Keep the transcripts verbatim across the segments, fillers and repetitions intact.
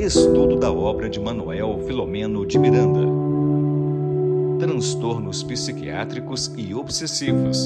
Estudo da obra de Manuel Filomeno de Miranda. Transtornos psiquiátricos e obsessivos.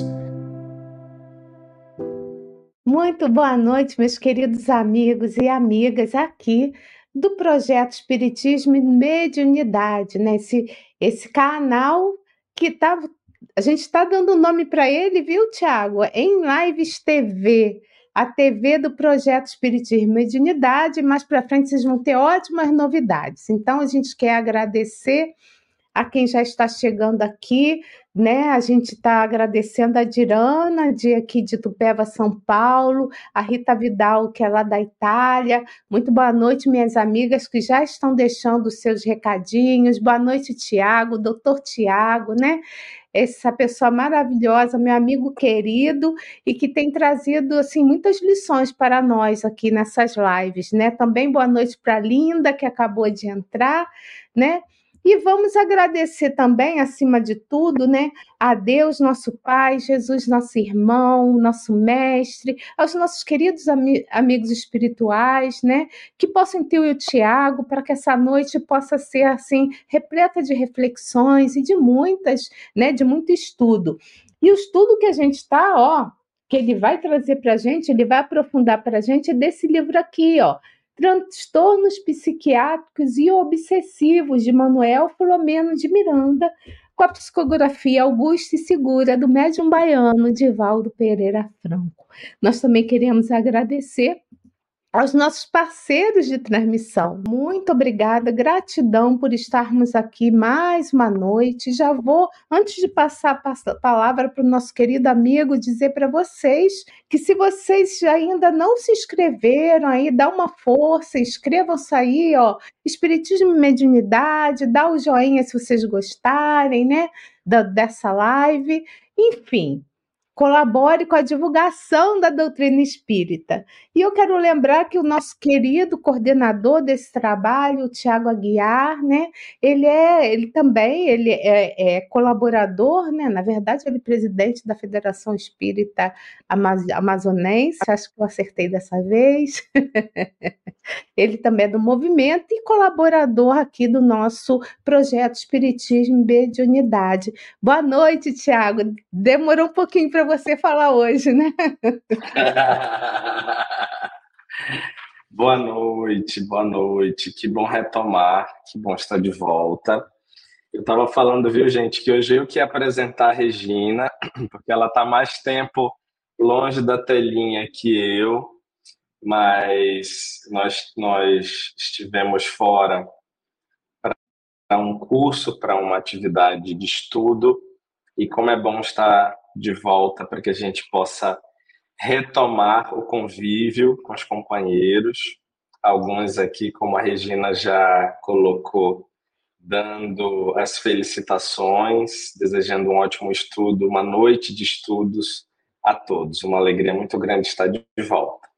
Muito boa noite, meus queridos amigos e amigas aqui do Projeto Espiritismo e Mediunidade, né? Esse, esse canal que tá, a gente está dando nome para ele, viu, Tiago? Em Lives T V, a T V do Projeto Espiritismo e Mediunidade. Mais para frente vocês vão ter ótimas novidades. Então a gente quer agradecer a quem já está chegando aqui, né? A gente está agradecendo a Dirana, de aqui de Tupéva, São Paulo, a Rita Vidal, que é lá da Itália. Muito boa noite, minhas amigas que já estão deixando os seus recadinhos. Boa noite, Tiago, doutor Tiago, né? Essa pessoa maravilhosa, meu amigo querido, e que tem trazido assim muitas lições para nós aqui nessas lives, né? Também boa noite para a Linda, que acabou de entrar, né? E vamos agradecer também, acima de tudo, né, a Deus, nosso Pai, Jesus, nosso irmão, nosso mestre, aos nossos queridos ami- amigos espirituais, né, que possam ter o Tiago, para que essa noite possa ser, assim, repleta de reflexões e de muitas, né, de muito estudo. E o estudo que a gente está, ó, que ele vai trazer para a gente, ele vai aprofundar para a gente, é desse livro aqui, ó, Transtornos Psiquiátricos e Obsessivos, de Manuel Filomeno de Miranda, com a psicografia augusta e segura do médium baiano Divaldo Pereira Franco. Nós também queremos agradecer aos nossos parceiros de transmissão. Muito obrigada, gratidão por estarmos aqui mais uma noite. Já vou, antes de passar a palavra para o nosso querido amigo, dizer para vocês que se vocês ainda não se inscreveram aí, dá uma força, inscrevam-se aí, ó, Espiritismo e Mediunidade, dá o joinha se vocês gostarem, né, da, dessa live, enfim. Colabore com a divulgação da doutrina espírita. E eu quero lembrar que o nosso querido coordenador desse trabalho, o Tiago Aguiar, né, ele, é, ele também ele é, é colaborador, né, na verdade, ele é presidente da Federação Espírita Amaz- Amazonense, acho que eu acertei dessa vez. Ele também é do movimento e colaborador aqui do nosso projeto Espiritismo e Mediunidade. Boa noite, Tiago. Demorou um pouquinho para você falar hoje, né? Boa noite, boa noite. Que bom retomar, que bom estar de volta. Eu estava falando, viu, gente, que hoje eu que ia apresentar a Regina, porque ela está mais tempo longe da telinha que eu, mas nós, nós estivemos fora para um curso, para uma atividade de estudo, e como é bom estar de volta para que a gente possa retomar o convívio com os companheiros. Alguns aqui, como a Regina já colocou, dando as felicitações, desejando um ótimo estudo, uma noite de estudos a todos. Uma alegria muito grande estar de volta.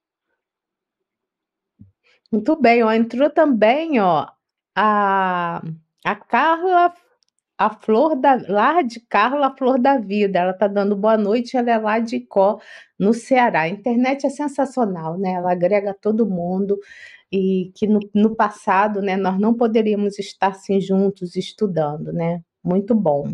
Muito bem, ó, entrou também, ó, a, a Carla, a Flor da, lá de Carla, a Flor da Vida. Ela está dando boa noite, ela é lá de Icó, no Ceará. A internet é sensacional, né? Ela agrega todo mundo e que no, no passado, né, nós não poderíamos estar assim juntos estudando, né? Muito bom.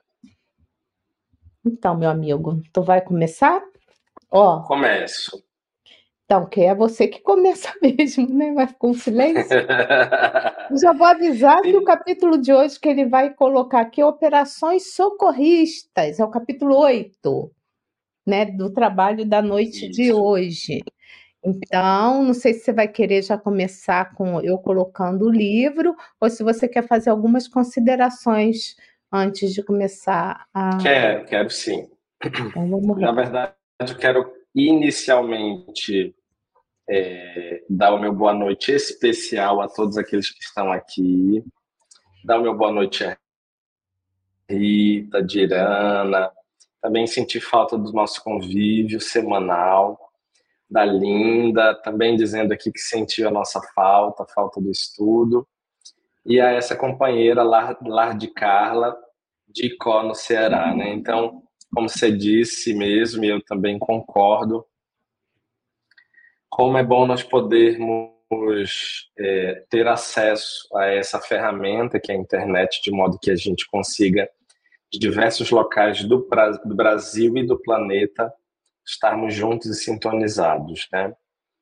Então, meu amigo, tu vai começar? Ó, Começo. então, que é você que começa mesmo, né? Vai ficar um silêncio. Eu já vou avisar que o capítulo de hoje que ele vai colocar aqui é Operações Socorristas, é o capítulo oito, né, do trabalho da noite de Isso. hoje. Então, não sei se você vai querer já começar com eu colocando o livro, ou se você quer fazer algumas considerações antes de começar a... Quero, quero sim. Então, vamos Na lá. verdade, eu quero inicialmente é, dar o meu boa noite especial a todos aqueles que estão aqui. Dar o meu boa noite a Rita, Dirana. Também senti falta do nosso convívio semanal. Da Linda, também dizendo aqui que sentiu a nossa falta, a falta do estudo. E a essa companheira, Lar, Lar de Carla, de Icó, no Ceará, né? Então, como você disse mesmo, e eu também concordo, como é bom nós podermos é, ter acesso a essa ferramenta que é a internet, de modo que a gente consiga, de diversos locais do, do Brasil e do planeta, estarmos juntos e sintonizados, né?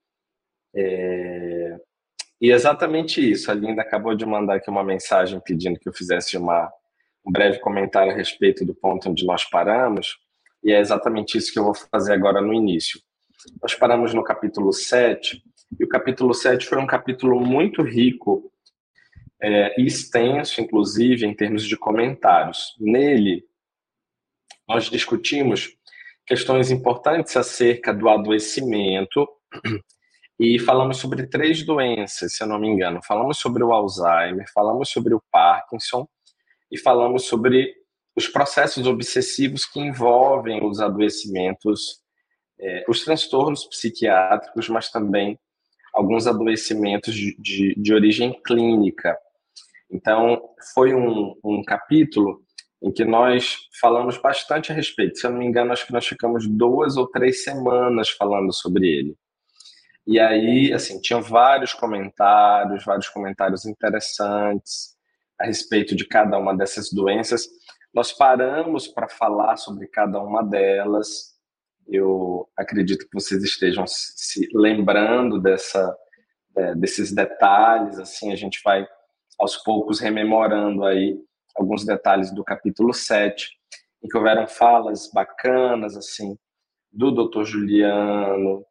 É... E exatamente isso. A Linda acabou de mandar aqui uma mensagem pedindo que eu fizesse uma, um breve comentário a respeito do ponto onde nós paramos, e é exatamente isso que eu vou fazer agora no início. Nós paramos no capítulo sete, e o capítulo sete foi um capítulo muito rico é, e extenso, inclusive, em termos de comentários. Nele, nós discutimos questões importantes acerca do adoecimento e falamos sobre três doenças, se eu não me engano. Falamos sobre o Alzheimer, falamos sobre o Parkinson e falamos sobre os processos obsessivos que envolvem os adoecimentos, é, os transtornos psiquiátricos, mas também alguns adoecimentos de, de, de origem clínica. Então, foi um, um capítulo em que nós falamos bastante a respeito. Se eu não me engano, acho que nós ficamos duas ou três semanas falando sobre ele. E aí, assim, tinham vários comentários, vários comentários interessantes a respeito de cada uma dessas doenças. Nós paramos para falar sobre cada uma delas. Eu acredito que vocês estejam se lembrando dessa, é, desses detalhes. Assim, a gente vai, aos poucos, rememorando aí alguns detalhes do capítulo sete, em que houveram falas bacanas, assim, do doutor Juliano,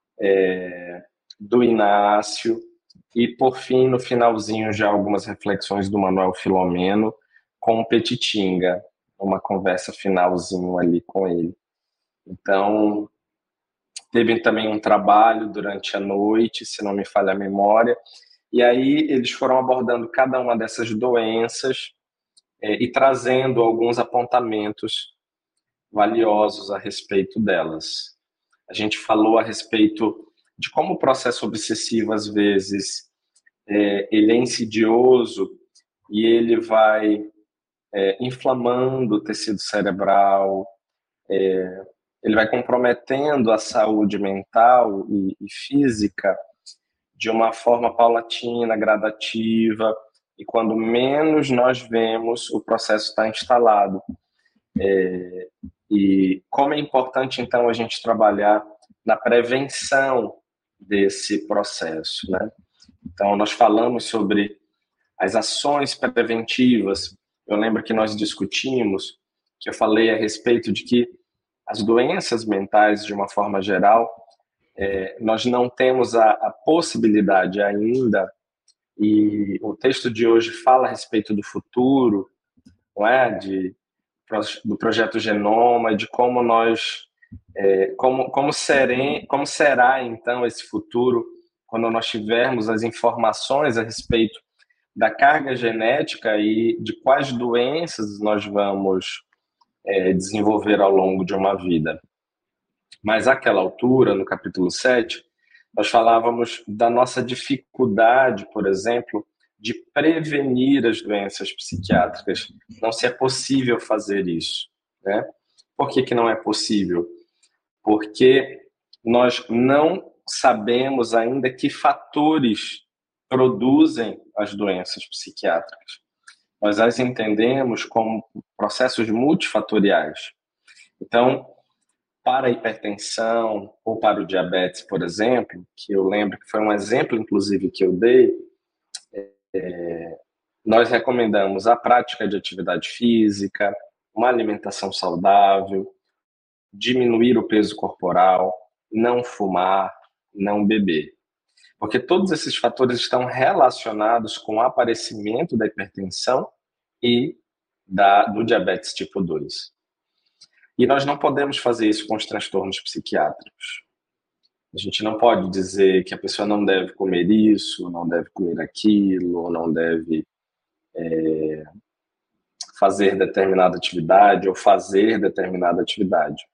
é, do Inácio, e, por fim, no finalzinho, já algumas reflexões do Manuel Filomeno com o Petitinga, uma conversa finalzinho ali com ele. Então, teve também um trabalho durante a noite, se não me falha a memória, e aí eles foram abordando cada uma dessas doenças é, e trazendo alguns apontamentos valiosos a respeito delas. A gente falou a respeito de como o processo obsessivo, às vezes, é, ele é insidioso e ele vai é, inflamando o tecido cerebral, é, ele vai comprometendo a saúde mental e, e física de uma forma paulatina, gradativa, e quando menos nós vemos, o processo está instalado. É, e como é importante, então, a gente trabalhar na prevenção desse processo, né? Então, nós falamos sobre as ações preventivas. Eu lembro que nós discutimos, que eu falei a respeito de que as doenças mentais, de uma forma geral, é, nós não temos a, a possibilidade ainda, e o texto de hoje fala a respeito do futuro, não é? De, do projeto Genoma, de como nós, é, como, como, serem, como será então esse futuro quando nós tivermos as informações a respeito da carga genética e de quais doenças nós vamos é, desenvolver ao longo de uma vida. Mas àquela altura, no capítulo sete, nós falávamos da nossa dificuldade, por exemplo, de prevenir as doenças psiquiátricas. Não se é possível fazer isso, né? Por que que não é possível? Porque nós não sabemos ainda que fatores produzem as doenças psiquiátricas. Nós as entendemos como processos multifatoriais. Então, para a hipertensão ou para o diabetes, por exemplo, que eu lembro que foi um exemplo, inclusive, que eu dei, é, nós recomendamos a prática de atividade física, uma alimentação saudável, diminuir o peso corporal, não fumar, não beber. Porque todos esses fatores estão relacionados com o aparecimento da hipertensão e da, do diabetes tipo dois. E nós não podemos fazer isso com os transtornos psiquiátricos. A gente não pode dizer que a pessoa não deve comer isso, não deve comer aquilo, não deve é, fazer determinada atividade ou fazer determinada atividade.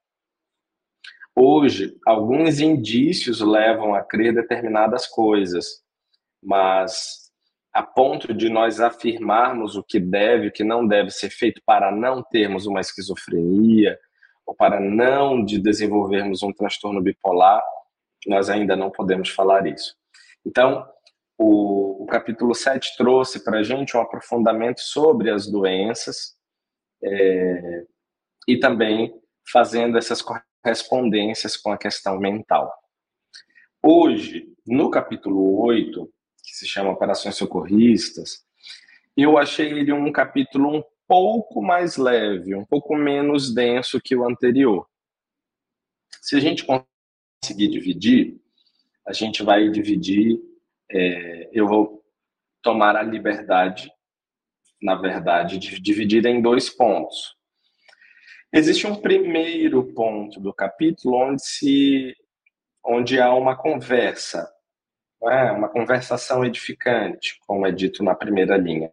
Hoje, alguns indícios levam a crer determinadas coisas, mas a ponto de nós afirmarmos o que deve e o que não deve ser feito para não termos uma esquizofrenia ou para não de desenvolvermos um transtorno bipolar, nós ainda não podemos falar isso. Então, o, o capítulo sete trouxe para a gente um aprofundamento sobre as doenças, é, e também fazendo essas correspondências com a questão mental. Hoje, no capítulo oito, que se chama Operações Socorristas, eu achei ele um capítulo um pouco mais leve, um pouco menos denso que o anterior. Se a gente conseguir dividir, a gente vai dividir, é, eu vou tomar a liberdade, na verdade, de dividir em dois pontos. Existe um primeiro ponto do capítulo onde, se, onde há uma conversa, não é? Uma conversação edificante, como é dito na primeira linha.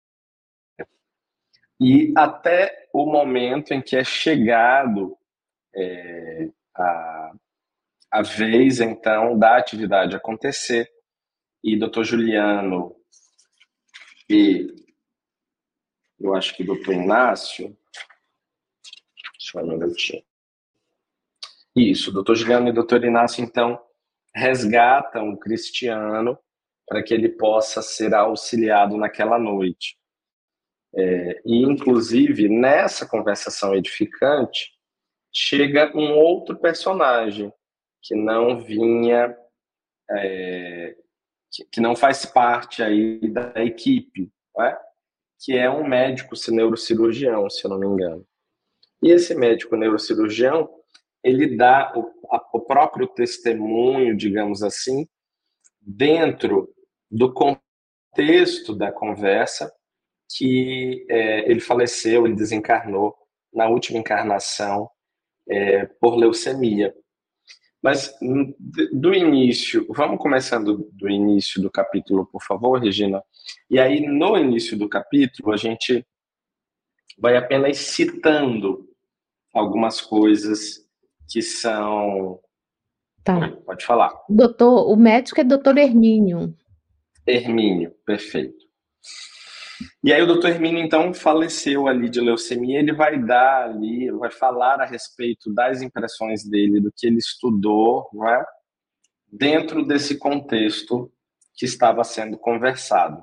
E até o momento em que é chegado é, a, a vez, então, da atividade acontecer, e doutor Juliano e eu acho que doutor Inácio, só um minutinho. Isso, doutor Juliano e doutor Inácio, então, resgatam o Cristiano para que ele possa ser auxiliado naquela noite. É, e, inclusive, nessa conversação edificante, chega um outro personagem que não vinha, é, que, que não faz parte aí da equipe, não é? Que é um médico neurocirurgião, se eu não me engano. E esse médico neurocirurgião, ele dá o, a, o próprio testemunho, digamos assim, dentro do contexto da conversa, que é, ele faleceu, ele desencarnou na última encarnação é, por leucemia. Mas do início, vamos começando do início do capítulo, por favor, Regina. E aí, no início do capítulo, a gente vai apenas citando algumas coisas que são... Tá. Oi, pode falar. Doutor, o médico é doutor Hermínio. Hermínio, perfeito. E aí o doutor Hermínio, então, faleceu ali de leucemia, ele vai dar ali, vai falar a respeito das impressões dele, do que ele estudou, não é? Dentro desse contexto que estava sendo conversado.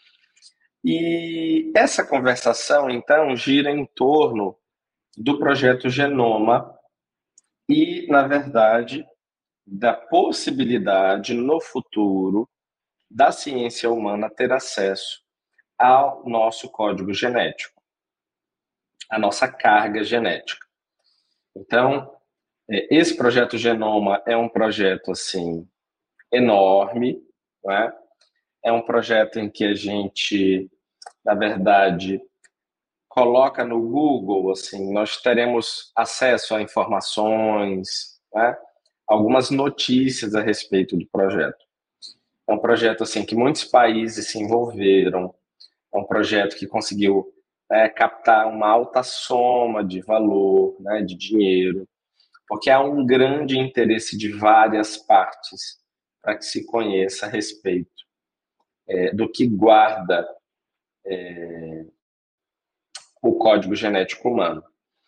E essa conversação, então, gira em torno do projeto Genoma e, na verdade, da possibilidade no futuro da ciência humana ter acesso ao nosso código genético, a nossa carga genética. Então, esse projeto Genoma é um projeto assim enorme, não é? É um projeto em que a gente, na verdade, coloca no Google, assim, nós teremos acesso a informações, né? Algumas notícias a respeito do projeto. É um projeto assim que muitos países se envolveram. É um projeto que conseguiu é, captar uma alta soma de valor, né, de dinheiro, porque há um grande interesse de várias partes para que se conheça a respeito é, do que guarda é, o código genético humano.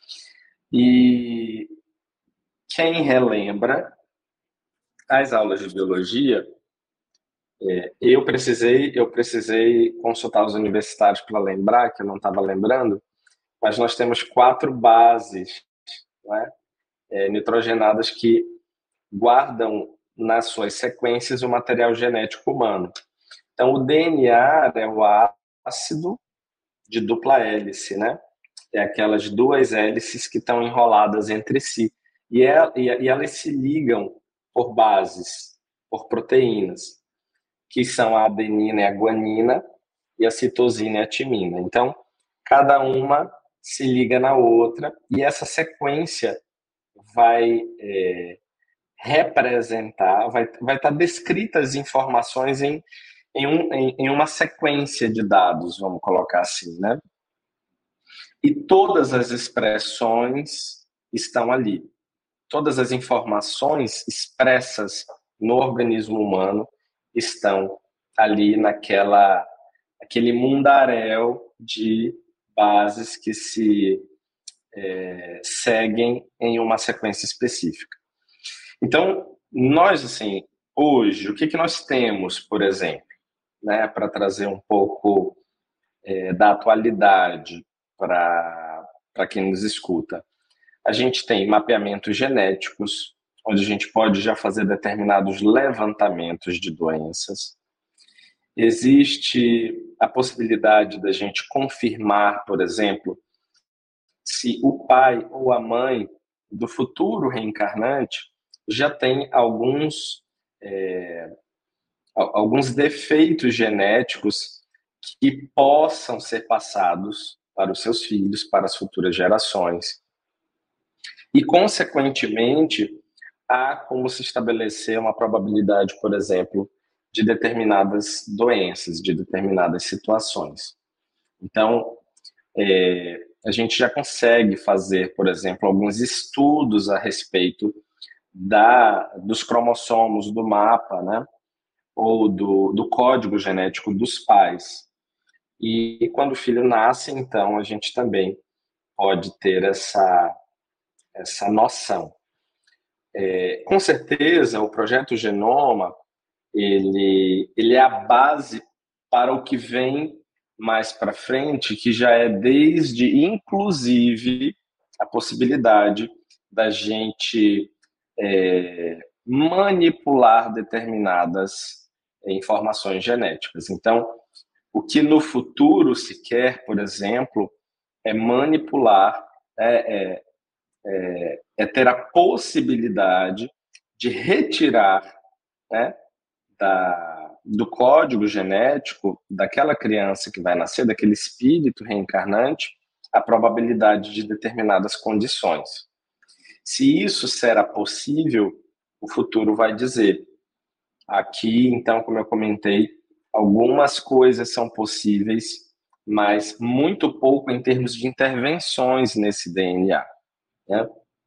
E quem relembra as aulas de biologia, é, eu precisei eu precisei consultar os universitários para lembrar, que eu não estava lembrando, mas nós temos quatro bases, né, é, nitrogenadas que guardam nas suas sequências o material genético humano. Então, o D N A é o ácido de dupla hélice, né? É aquelas duas hélices que estão enroladas entre si. E, é, e elas se ligam por bases, por proteínas, que são a adenina e a guanina, e a citosina e a timina. Então, cada uma se liga na outra, e essa sequência vai é, representar, vai, vai estar descritas as informações em, em, um, em, em uma sequência de dados, vamos colocar assim, né? E todas as expressões estão ali. Todas as informações expressas no organismo humano estão ali naquela, aquele mundaréu de bases que se é, seguem em uma sequência específica. Então, nós, assim, hoje, o que, que nós temos, por exemplo? né, para trazer um pouco é, da atualidade para quem nos escuta. A gente tem mapeamentos genéticos, onde a gente pode já fazer determinados levantamentos de doenças. Existe a possibilidade da gente confirmar, por exemplo, se o pai ou a mãe do futuro reencarnante já tem alguns, é, alguns defeitos genéticos que possam ser passados para os seus filhos, para as futuras gerações. E, consequentemente, há como se estabelecer uma probabilidade, por exemplo, de determinadas doenças, de determinadas situações. Então, é, a gente já consegue fazer, por exemplo, alguns estudos a respeito da, dos cromossomos do mapa, né? Ou do, do código genético dos pais. E quando o filho nasce, então, a gente também pode ter essa, essa noção. É, com certeza, o projeto Genoma, ele, ele é a base para o que vem mais para frente, que já é desde, inclusive, a possibilidade da gente é, manipular determinadas informações genéticas. Então, o que no futuro se quer, por exemplo, é manipular, é, é, é, é ter a possibilidade de retirar, né, da, do código genético daquela criança que vai nascer, daquele espírito reencarnante, a probabilidade de determinadas condições. Se isso será possível, o futuro vai dizer. Aqui, então, como eu comentei, algumas coisas são possíveis, mas muito pouco em termos de intervenções nesse D N A. Né?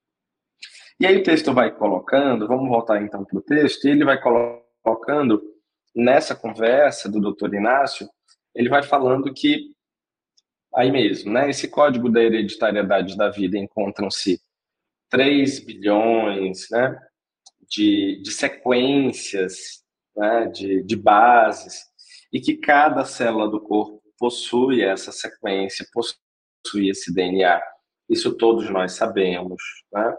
E aí o texto vai colocando, vamos voltar então para o texto, e ele vai colocando, nessa conversa do doutor Inácio, ele vai falando que, aí mesmo, né, esse código da hereditariedade da vida encontram-se três bilhões, né, de, de sequências, né, de, de bases, e que cada célula do corpo possui essa sequência, possui esse D N A. Isso todos nós sabemos, né?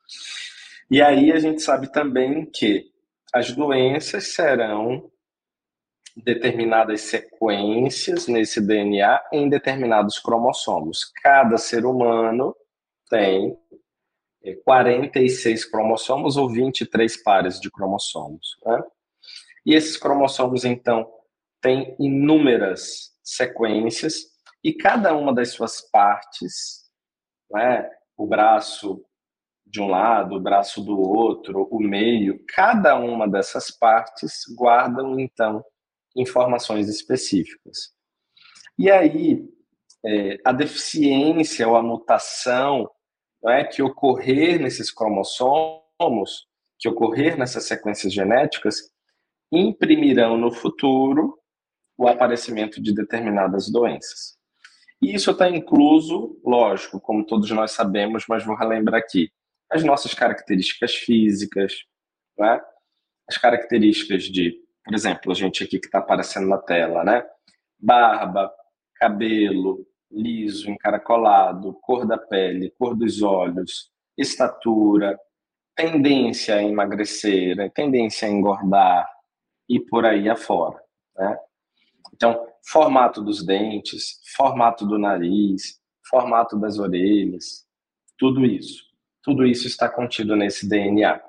E aí a gente sabe também que as doenças serão determinadas sequências nesse D N A em determinados cromossomos. Cada ser humano tem quarenta e seis cromossomos ou vinte e três pares de cromossomos. Né? E esses cromossomos, então, têm inúmeras sequências e cada uma das suas partes, né, o braço de um lado, o braço do outro, o meio, cada uma dessas partes guardam, então, informações específicas. E aí, é, a deficiência ou a mutação, não é, que ocorrer nesses cromossomos, que ocorrer nessas sequências genéticas, imprimirão no futuro o aparecimento de determinadas doenças. E isso está incluso, lógico, como todos nós sabemos, mas vou relembrar aqui, as nossas características físicas, né? As características de, por exemplo, a gente aqui que está aparecendo na tela, né? Barba, cabelo, liso, encaracolado, cor da pele, cor dos olhos, estatura, tendência a emagrecer, tendência a engordar e por aí afora, né? Então, formato dos dentes, formato do nariz, formato das orelhas, tudo isso. Tudo isso está contido nesse D N A.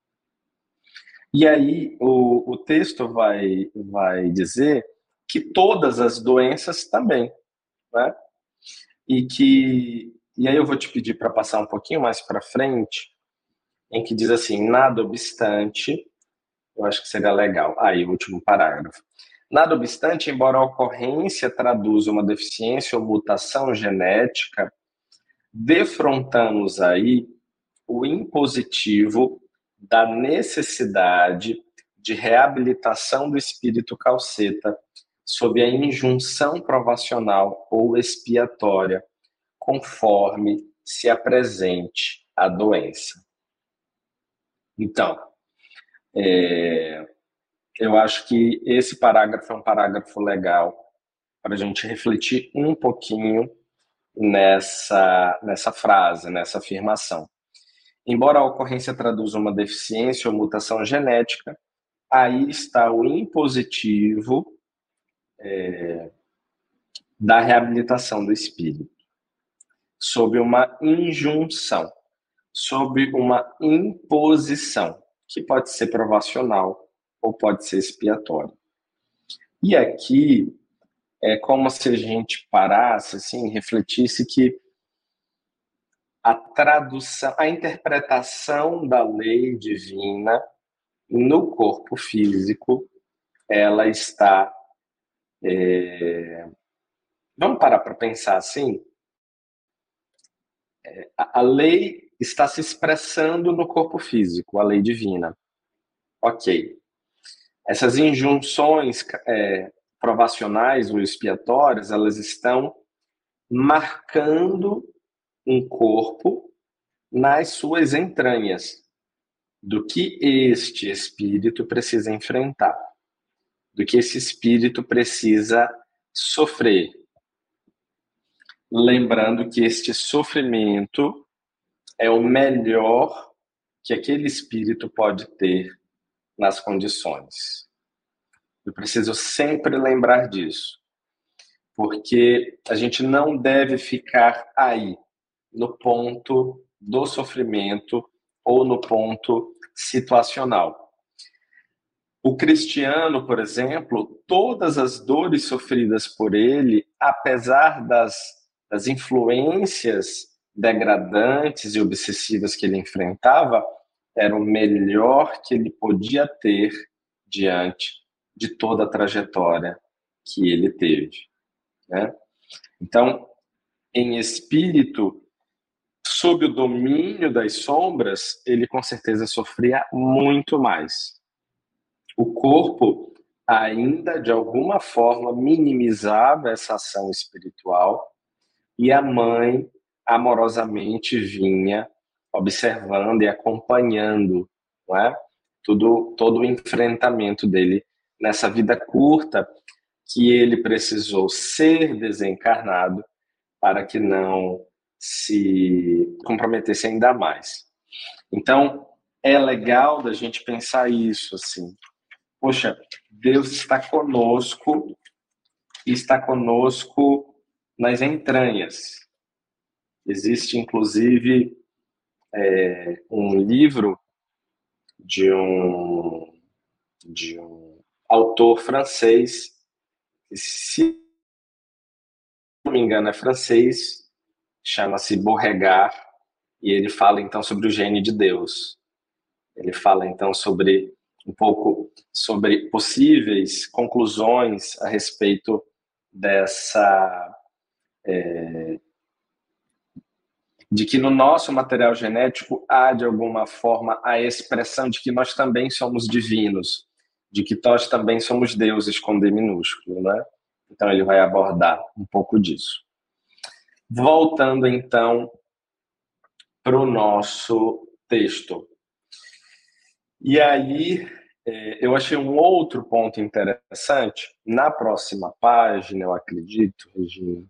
E aí o, o texto vai, vai dizer que todas as doenças também, né? E que e aí eu vou te pedir para passar um pouquinho mais para frente, em que diz assim, nada obstante, eu acho que seria legal. Aí, o último parágrafo. Nada obstante, embora a ocorrência traduza uma deficiência ou mutação genética, defrontamos aí o impositivo da necessidade de reabilitação do espírito calceta sob a injunção provacional ou expiatória, conforme se apresente a doença. Então, é, eu acho que esse parágrafo é um parágrafo legal para a gente refletir um pouquinho nessa, nessa frase, nessa afirmação. Embora a ocorrência traduza uma deficiência ou mutação genética, aí está o impositivo é, da reabilitação do espírito, sob uma injunção, sob uma imposição, que pode ser provacional ou pode ser expiatória. E aqui é como se a gente parasse, assim, refletisse que a tradução, a interpretação da lei divina no corpo físico, ela está... É... Vamos parar para pensar assim? É, a lei está se expressando no corpo físico, a lei divina. Ok. Essas injunções é, provacionais ou expiatórias, elas estão marcando um corpo nas suas entranhas, do que este espírito precisa enfrentar, do que esse espírito precisa sofrer. Lembrando que este sofrimento é o melhor que aquele espírito pode ter nas condições. Eu preciso sempre lembrar disso, porque a gente não deve ficar aí, no ponto do sofrimento ou no ponto situacional. O cristiano, por exemplo, todas as dores sofridas por ele, apesar das, das influências degradantes e obsessivas que ele enfrentava, era o melhor que ele podia ter diante de toda a trajetória que ele teve, né? Então, em espírito, sob o domínio das sombras, ele com certeza sofria muito mais. O corpo ainda, de alguma forma, minimizava essa ação espiritual e a mãe amorosamente vinha observando e acompanhando, não é? Tudo, todo o enfrentamento dele nessa vida curta que ele precisou ser desencarnado para que não se comprometesse ainda mais. Então, é legal da gente pensar isso, assim. Poxa, Deus está conosco e está conosco nas entranhas. Existe, inclusive, é, um livro de um, de um autor francês, se não me engano é francês, chama-se Beauregard, e ele fala então sobre o gênio de Deus. Ele fala então sobre um pouco sobre possíveis conclusões a respeito dessa é, de que no nosso material genético há de alguma forma a expressão de que nós também somos divinos, de que nós também somos deuses com D minúsculo, né? Então ele vai abordar um pouco disso. Voltando então para o nosso texto. E aí, eu achei um outro ponto interessante, na próxima página, eu acredito, Regina,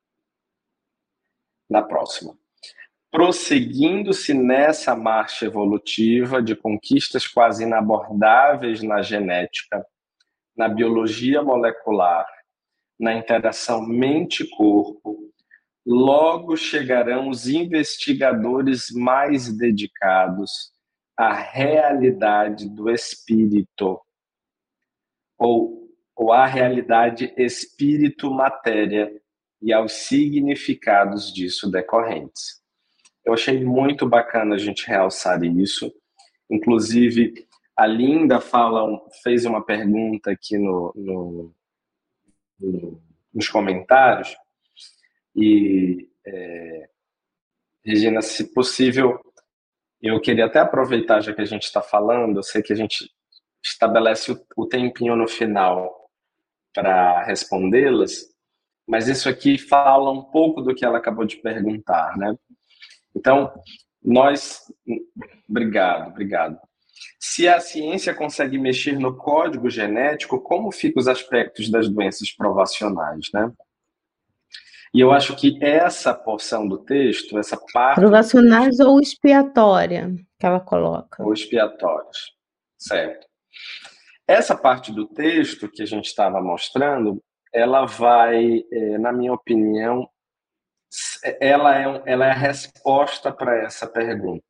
na próxima. Prosseguindo-se nessa marcha evolutiva de conquistas quase inabordáveis na genética, na biologia molecular, na interação mente-corpo, logo chegarão os investigadores mais dedicados a realidade do espírito, ou, ou a realidade espírito-matéria e aos significados disso decorrentes. Eu achei muito bacana a gente realçar isso. Inclusive, a Linda fala, fez uma pergunta aqui no, no, no, nos comentários, e, é, Regina, se possível, eu queria até aproveitar, já que a gente está falando, eu sei que a gente estabelece o, o tempinho no final para respondê-las, mas isso aqui fala um pouco do que ela acabou de perguntar, né? Então, nós... Obrigado, obrigado. Se a ciência consegue mexer no código genético, como ficam os aspectos das doenças provacionais, né? E eu acho que essa porção do texto, essa parte Provacionais ou expiatória, que ela coloca. ou expiatórios, certo? Essa parte do texto que a gente estava mostrando, ela vai, na minha opinião, ela é, ela é a resposta para essa pergunta.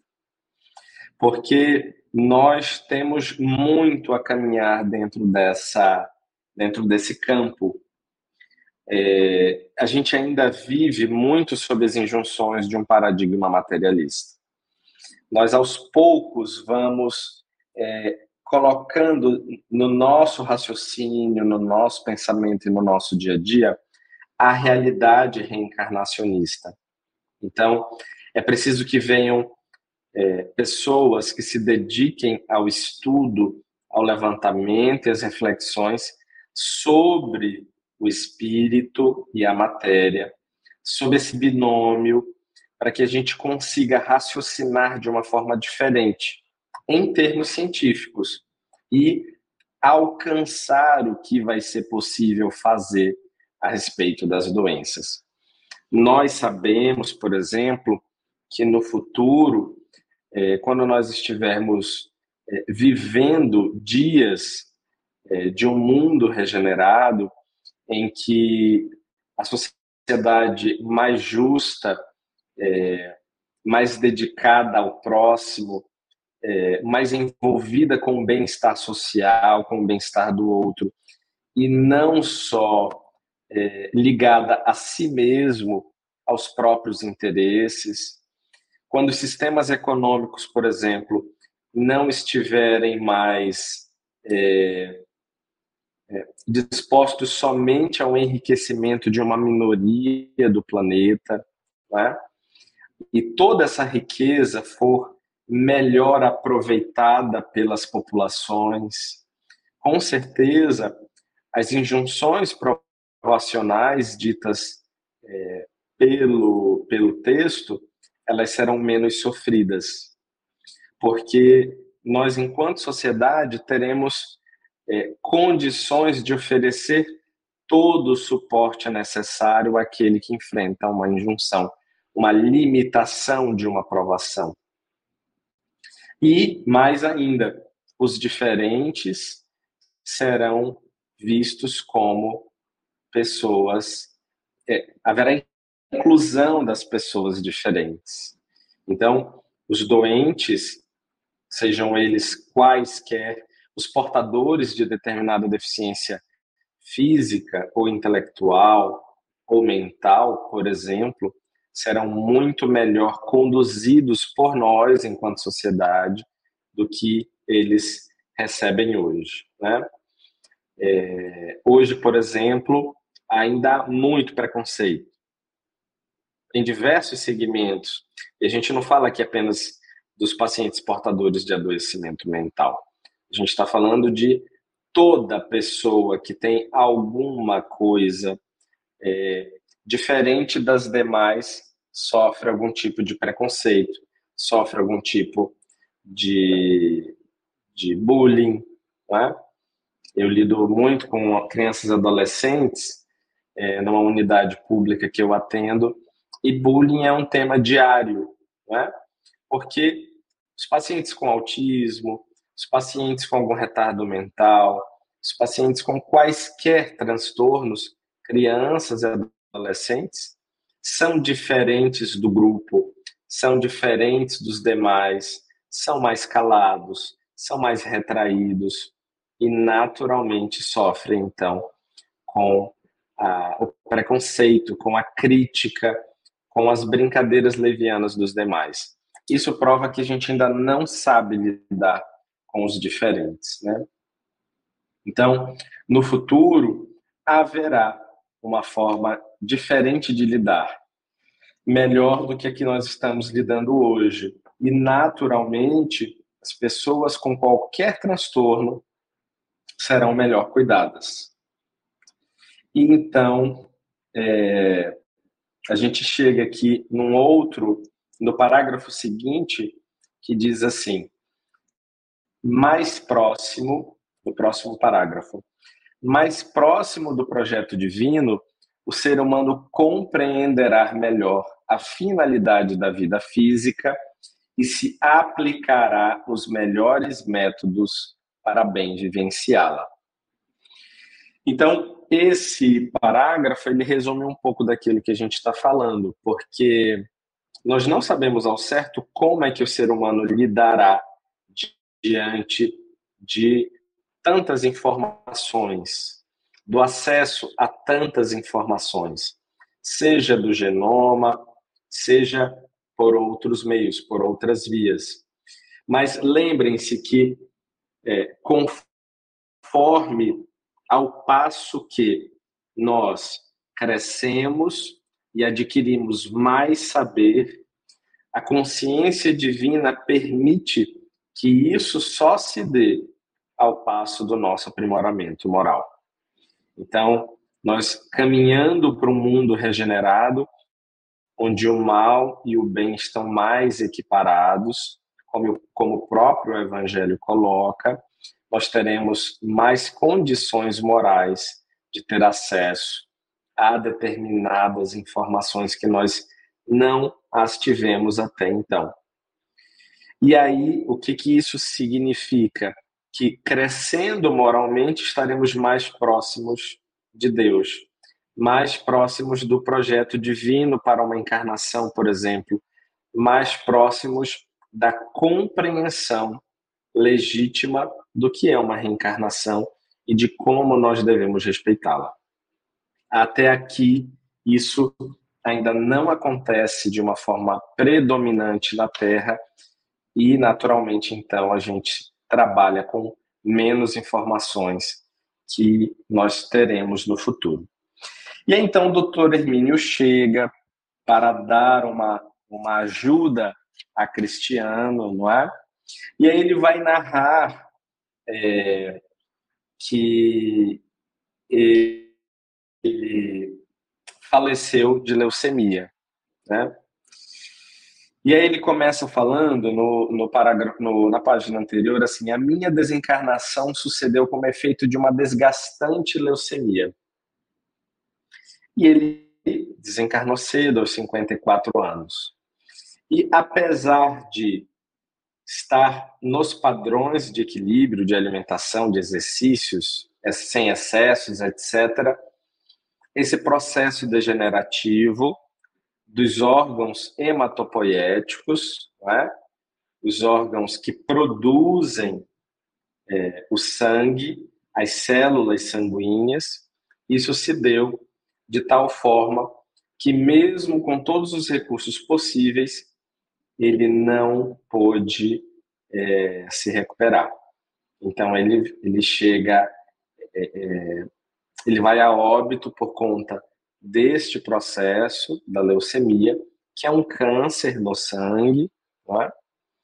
Porque nós temos muito a caminhar dentro, dessa, dentro desse campo. É, a gente ainda vive muito sob as injunções de um paradigma materialista. Nós, aos poucos, vamos é, colocando no nosso raciocínio, no nosso pensamento e no nosso dia a dia a realidade reencarnacionista. Então, é preciso que venham é, pessoas que se dediquem ao estudo, ao levantamento e às reflexões sobre o espírito e a matéria, sobre esse binômio, para que a gente consiga raciocinar de uma forma diferente, em termos científicos, e alcançar o que vai ser possível fazer a respeito das doenças. Nós sabemos, por exemplo, que no futuro, quando nós estivermos vivendo dias de um mundo regenerado, em que a sociedade mais justa, mais dedicada ao próximo, mais envolvida com o bem-estar social, com o bem-estar do outro, e não só ligada a si mesmo, aos próprios interesses. Quando os sistemas econômicos, por exemplo, não estiverem mais é, é, dispostos somente ao enriquecimento de uma minoria do planeta, né? E toda essa riqueza for melhor aproveitada pelas populações, com certeza as injunções provacionais ditas é, pelo, pelo texto, elas serão menos sofridas, porque nós, enquanto sociedade, teremos é, condições de oferecer todo o suporte necessário àquele que enfrenta uma injunção, uma limitação de uma aprovação. E, mais ainda, os diferentes serão vistos como pessoas, é, haverá inclusão das pessoas diferentes. Então, os doentes, sejam eles quaisquer, os portadores de determinada deficiência física ou intelectual ou mental, por exemplo, serão muito melhor conduzidos por nós, enquanto sociedade, do que eles recebem hoje, né? É, hoje, por exemplo, ainda há muito preconceito em diversos segmentos. E a gente não fala aqui apenas dos pacientes portadores de adoecimento mental. A gente está falando de toda pessoa que tem alguma coisa é, diferente das demais, sofre algum tipo de preconceito, sofre algum tipo de, de bullying, né? Eu lido muito com crianças e adolescentes é, numa unidade pública que eu atendo, e bullying é um tema diário, né? Porque os pacientes com autismo, os pacientes com algum retardo mental, os pacientes com quaisquer transtornos, crianças e adolescentes, são diferentes do grupo, são diferentes dos demais, são mais calados, são mais retraídos e naturalmente sofrem, então, com a, o preconceito, com a crítica, com as brincadeiras levianas dos demais. Isso prova que a gente ainda não sabe lidar com os diferentes, né? Então, no futuro, haverá uma forma diferente de lidar, melhor do que a que nós estamos lidando hoje. E, naturalmente, as pessoas com qualquer transtorno serão melhor cuidadas. E, então, é, a gente chega aqui num outro, no parágrafo seguinte, que diz assim: mais próximo, no próximo parágrafo, mais próximo do projeto divino, o ser humano compreenderá melhor a finalidade da vida física e se aplicará os melhores métodos para bem vivenciá-la. Então, esse parágrafo, ele resume um pouco daquilo que a gente está falando, porque nós não sabemos ao certo como é que o ser humano lidará diante de tantas informações, do acesso a tantas informações, seja do genoma, seja por outros meios, por outras vias. Mas lembrem-se que, é, conforme ao passo que nós crescemos e adquirimos mais saber, a consciência divina permite que isso só se dê ao passo do nosso aprimoramento moral. Então, nós caminhando para um mundo regenerado, onde o mal e o bem estão mais equiparados, como, como o próprio Evangelho coloca, nós teremos mais condições morais de ter acesso a determinadas informações que nós não as tivemos até então. E aí, o que, que isso significa? Que crescendo moralmente estaremos mais próximos de Deus, mais próximos do projeto divino para uma encarnação, por exemplo, mais próximos da compreensão legítima do que é uma reencarnação e de como nós devemos respeitá-la. Até aqui, isso ainda não acontece de uma forma predominante na Terra e, naturalmente, então, a gente trabalha com menos informações que nós teremos no futuro. E aí, então, o doutor Hermínio chega para dar uma, uma ajuda a Cristiano, não é? E aí ele vai narrar é, que ele faleceu de leucemia, né? E aí ele começa falando no, no parágrafo, no, na página anterior, assim, a minha desencarnação sucedeu como efeito de uma desgastante leucemia. E ele desencarnou cedo, aos cinquenta e quatro anos. E apesar de estar nos padrões de equilíbrio, de alimentação, de exercícios, sem excessos, etcétera, esse processo degenerativo dos órgãos hematopoéticos, né? Os órgãos que produzem é, o sangue, as células sanguíneas, isso se deu de tal forma que, mesmo com todos os recursos possíveis, ele não pôde é, se recuperar. Então, ele, ele chega, é, é, ele vai a óbito por conta deste processo da leucemia, que é um câncer no sangue, não é?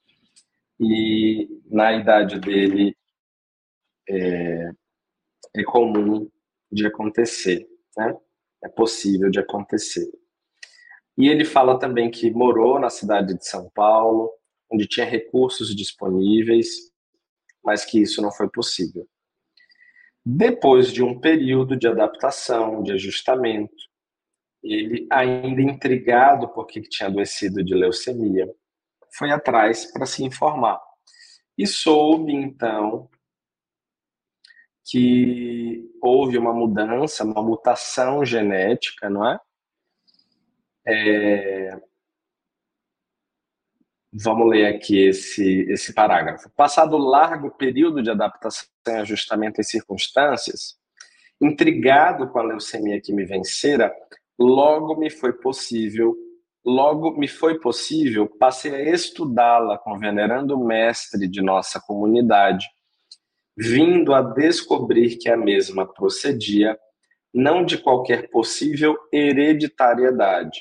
E na idade dele é, é comum de acontecer, né? É possível de acontecer. E ele fala também que morou na cidade de São Paulo, onde tinha recursos disponíveis, mas que isso não foi possível. Depois de um período de adaptação, de ajustamento, ele, ainda intrigado por que tinha adoecido de leucemia, foi atrás para se informar. E soube, então, que houve uma mudança, uma mutação genética, não é? É... Vamos ler aqui esse, esse parágrafo. Passado largo período de adaptação e ajustamento às circunstâncias, intrigado com a leucemia que me vencera, logo me foi possível, logo me foi possível, passei a estudá-la com o venerando mestre de nossa comunidade, vindo a descobrir que a mesma procedia não de qualquer possível hereditariedade,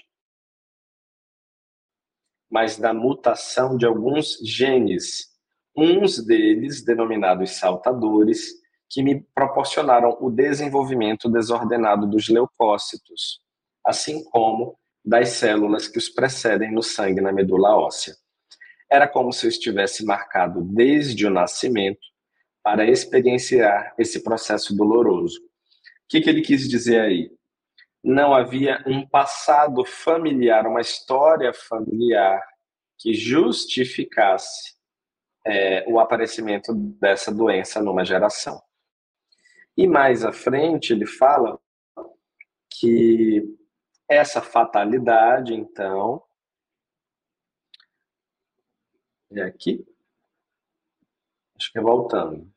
mas da mutação de alguns genes, uns deles denominados saltadores, que me proporcionaram o desenvolvimento desordenado dos leucócitos, assim como das células que os precedem no sangue na medula óssea. Era como se eu estivesse marcado desde o nascimento para experienciar esse processo doloroso. O que, que ele quis dizer aí? Não havia um passado familiar, uma história familiar que justificasse é, o aparecimento dessa doença numa geração. E mais à frente ele fala que essa fatalidade, então, é aqui, acho que é voltando.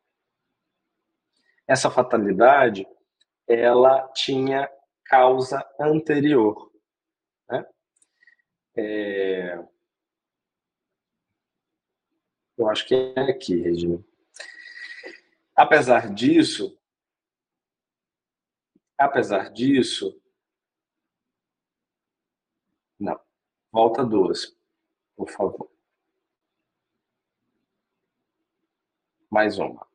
Essa fatalidade, ela tinha causa anterior, né? É... Eu acho que é aqui, Regina. Apesar disso, apesar disso, não, volta duas, por favor. Mais uma.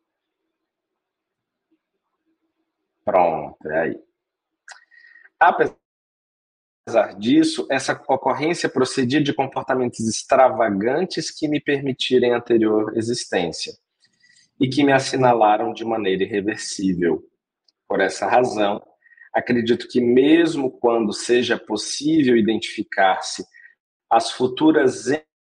Pronto, é aí. Apesar disso, essa ocorrência procedia de comportamentos extravagantes que me permitirem anterior existência e que me assinalaram de maneira irreversível. Por essa razão, acredito que mesmo quando seja possível identificar-se as futuras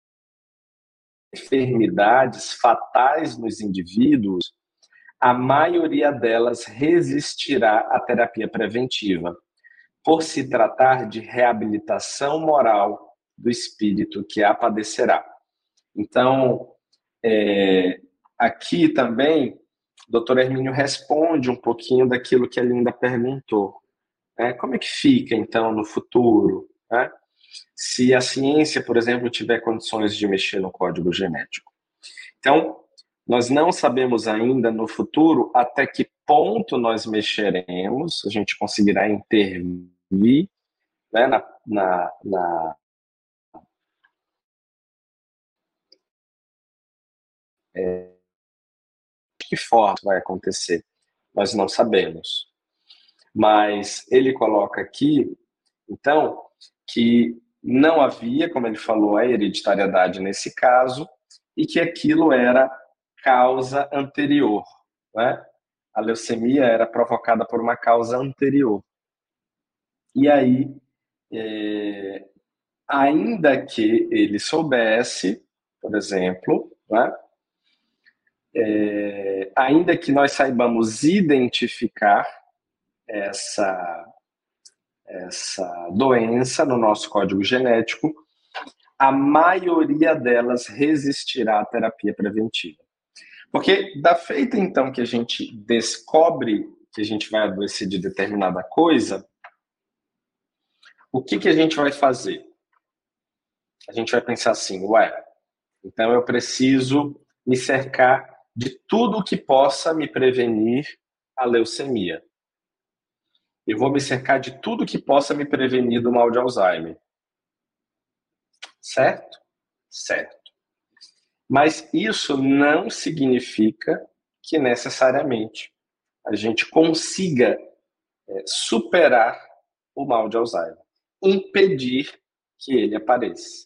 enfermidades fatais nos indivíduos, a maioria delas resistirá à terapia preventiva, por se tratar de reabilitação moral do espírito que a padecerá. Então, é, aqui também, o doutor Hermínio responde um pouquinho daquilo que a Linda perguntou. Né? Como é que fica, então, no futuro? Né? Se a ciência, por exemplo, tiver condições de mexer no código genético. Então, nós não sabemos ainda no futuro até que ponto nós mexeremos, a gente conseguirá intervir, né, na, na, na é, de que forma vai acontecer, nós não sabemos. Mas ele coloca aqui, então, que não havia, como ele falou, a hereditariedade nesse caso, e que aquilo era causa anterior, né? A leucemia era provocada por uma causa anterior. E aí, é, ainda que ele soubesse, por exemplo, né? é, ainda que nós saibamos identificar essa, essa doença no nosso código genético, a maioria delas resistirá à terapia preventiva. Porque da feita, então, que a gente descobre que a gente vai adoecer de determinada coisa, o que, que a gente vai fazer? A gente vai pensar assim, ué, então eu preciso me cercar de tudo que possa me prevenir a leucemia. Eu vou me cercar de tudo que possa me prevenir do mal de Alzheimer. Certo? Certo. Mas isso não significa que necessariamente a gente consiga é, superar o mal de Alzheimer, impedir que ele apareça.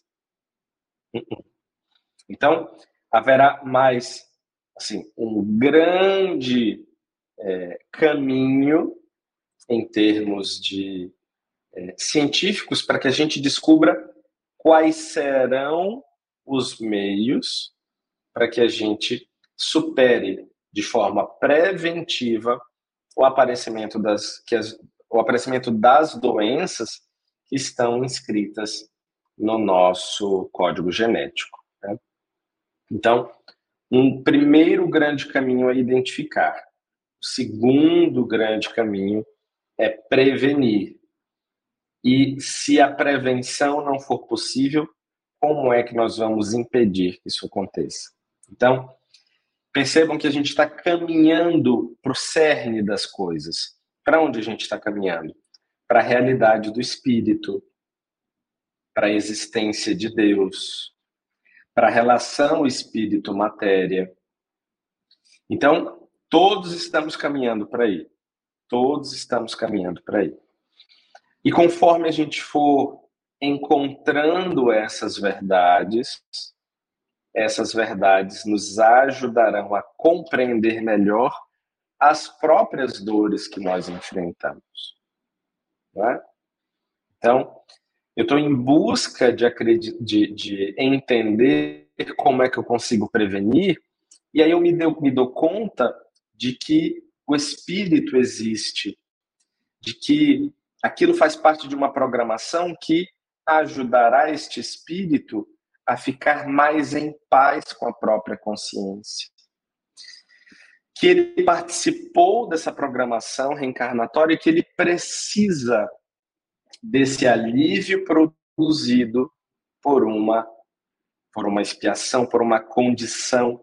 Então, haverá mais assim, um grande é, caminho em termos de é, científicos para que a gente descubra quais serão os meios para que a gente supere de forma preventiva o aparecimento das, que as, o aparecimento das doenças que estão inscritas no nosso código genético. Né? Então, um primeiro grande caminho é identificar. O segundo grande caminho é prevenir. E se a prevenção não for possível, como é que nós vamos impedir que isso aconteça? Então, percebam que a gente está caminhando para o cerne das coisas. Para onde a gente está caminhando? Para a realidade do espírito, para a existência de Deus, para a relação espírito-matéria. Então, todos estamos caminhando para aí. Todos estamos caminhando para aí. E conforme a gente for encontrando essas verdades, essas verdades nos ajudarão a compreender melhor as próprias dores que nós enfrentamos. Não é? Então, eu estou em busca de, de, de entender como é que eu consigo prevenir, e aí eu me, deu, me dou conta de que o espírito existe, de que aquilo faz parte de uma programação que ajudará este espírito a ficar mais em paz com a própria consciência. Que ele participou dessa programação reencarnatória e que ele precisa desse alívio produzido por uma, por uma expiação, por uma condição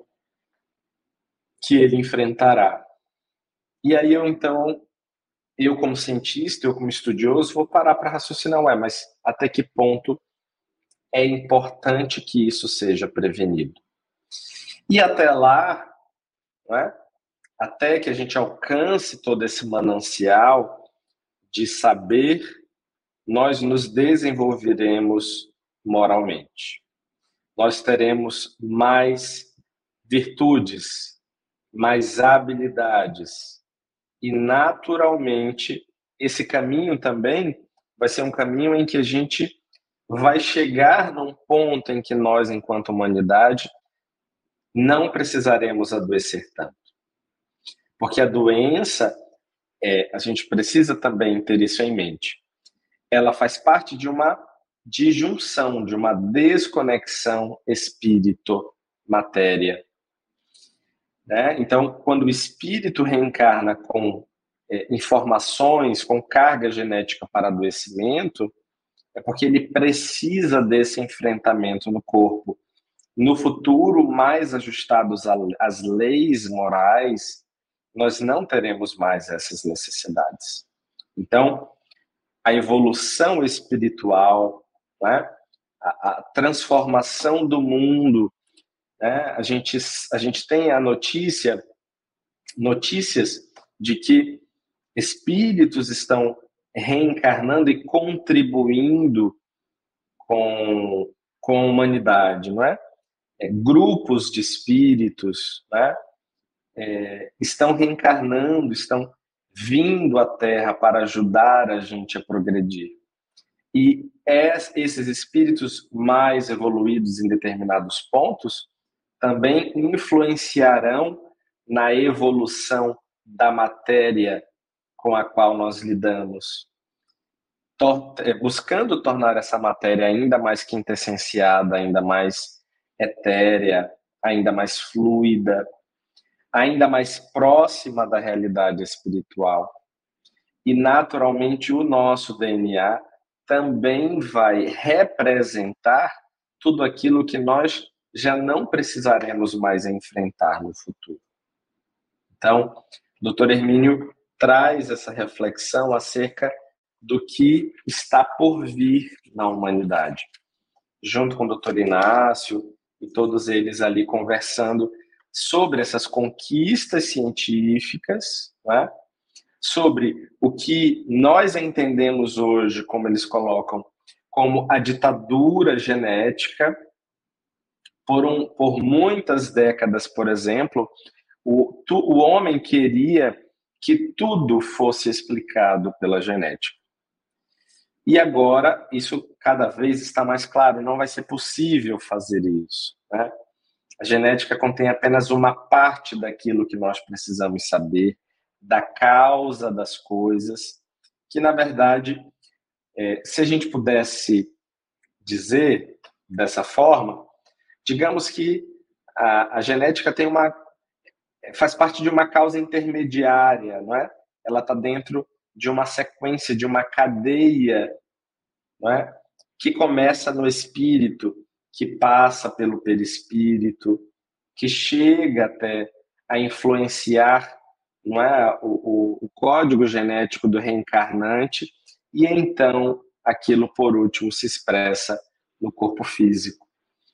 que ele enfrentará. E aí eu, então, eu como cientista, eu como estudioso, vou parar para raciocinar, ué, mas até que ponto é importante que isso seja prevenido? E até lá, não é? Até que a gente alcance todo esse manancial de saber, nós nos desenvolveremos moralmente. Nós teremos mais virtudes, mais habilidades. E, naturalmente, esse caminho também vai ser um caminho em que a gente vai chegar num ponto em que nós, enquanto humanidade, não precisaremos adoecer tanto. Porque a doença, é, a gente precisa também ter isso em mente, ela faz parte de uma disjunção, de uma desconexão espírito-matéria. Né? Então, quando o espírito reencarna com é, informações, com carga genética para adoecimento, é porque ele precisa desse enfrentamento no corpo. No futuro, mais ajustados às leis morais, nós não teremos mais essas necessidades. Então, a evolução espiritual, né? a, a transformação do mundo, né? a, gente, a gente tem a notícia, notícias de que espíritos estão reencarnando e contribuindo com, com a humanidade, não é? É, grupos de espíritos, né? é, estão reencarnando, estão vindo à Terra para ajudar a gente a progredir. E esses espíritos mais evoluídos em determinados pontos também influenciarão na evolução da matéria com a qual nós lidamos, buscando tornar essa matéria ainda mais quintessenciada, ainda mais etérea, ainda mais fluida, ainda mais próxima da realidade espiritual. E, naturalmente, o nosso D N A também vai representar tudo aquilo que nós já não precisaremos mais enfrentar no futuro. Então, o doutor Hermínio traz essa reflexão acerca do que está por vir na humanidade, junto com o doutor Inácio e todos eles ali conversando sobre essas conquistas científicas, né? Sobre o que nós entendemos hoje, como eles colocam, como a ditadura genética. Por, um, por muitas décadas, por exemplo, o, tu, o homem queria que tudo fosse explicado pela genética. E agora, isso cada vez está mais claro, não vai ser possível fazer isso, né? A genética contém apenas uma parte daquilo que nós precisamos saber, da causa das coisas, que, na verdade, é, se a gente pudesse dizer dessa forma, digamos que a, a genética tem uma, faz parte de uma causa intermediária, não é? Ela está dentro de uma sequência, de uma cadeia, não é? Que começa no espírito, que passa pelo perispírito, que chega até a influenciar, não é, o, o, o código genético do reencarnante, e então aquilo, por último, se expressa no corpo físico.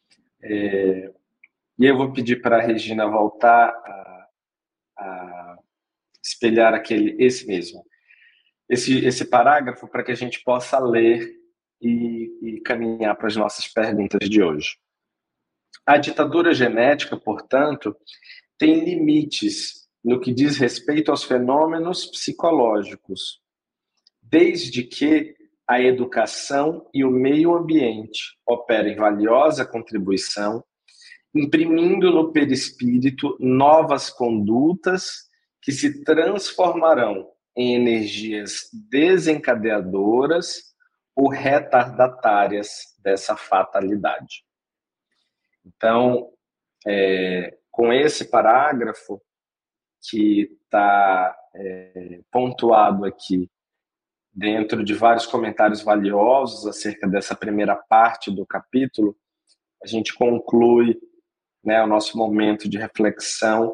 É, e eu vou pedir para a Regina voltar a, a espelhar aquele, esse mesmo, esse, esse parágrafo, para que a gente possa ler e, e caminhar para as nossas perguntas de hoje. A ditadura genética, portanto, tem limites no que diz respeito aos fenômenos psicológicos, desde que a educação e o meio ambiente operem valiosa contribuição, imprimindo no perispírito novas condutas que se transformarão em energias desencadeadoras ou retardatárias dessa fatalidade. Então, é, com esse parágrafo que está é, pontuado aqui dentro de vários comentários valiosos acerca dessa primeira parte do capítulo, a gente conclui, né, o nosso momento de reflexão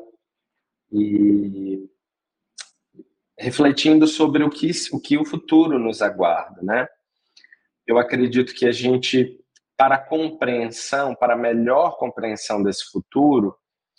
e refletindo sobre o que o, que o futuro nos aguarda, né? Eu acredito que a gente, para a compreensão, para a melhor compreensão desse futuro,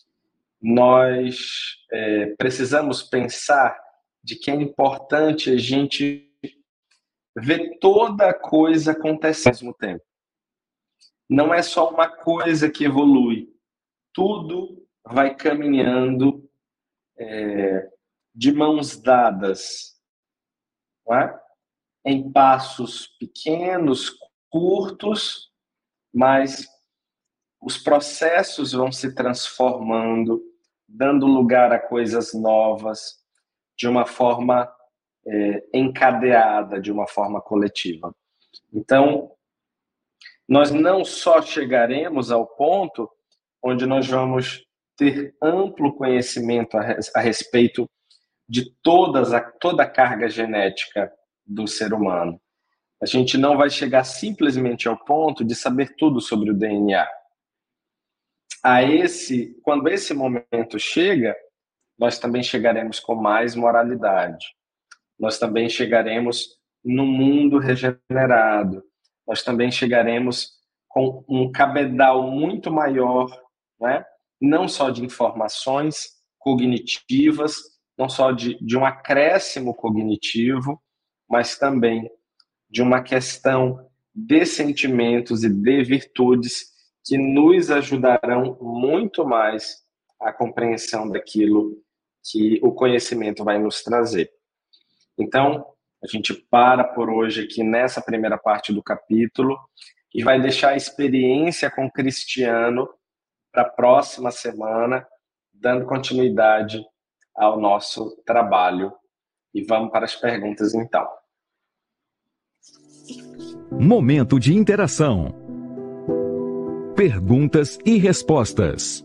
nós é, precisamos pensar de que é importante a gente ver toda a coisa acontecer ao mesmo tempo. Não é só uma coisa que evolui, tudo vai caminhando é, de mãos dadas, não é? Em passos pequenos, curtos, mas os processos vão se transformando, dando lugar a coisas novas, de uma forma é, encadeada, de uma forma coletiva. Então, nós não só chegaremos ao ponto onde nós vamos ter amplo conhecimento a, a respeito de todas a, toda a carga genética do ser humano. A gente não vai chegar simplesmente ao ponto de saber tudo sobre o D N A. A esse, quando esse momento chega, nós também chegaremos com mais moralidade. Nós também chegaremos num mundo regenerado. Nós também chegaremos com um cabedal muito maior, né? Não só de informações cognitivas, não só de, de um acréscimo cognitivo, mas também de uma questão de sentimentos e de virtudes que nos ajudarão muito mais à compreensão daquilo que o conhecimento vai nos trazer. Então, a gente para por hoje aqui nessa primeira parte do capítulo e vai deixar a experiência com o Cristiano para a próxima semana, dando continuidade ao nosso trabalho. E vamos para as perguntas, então. Momento de interação. Perguntas e respostas.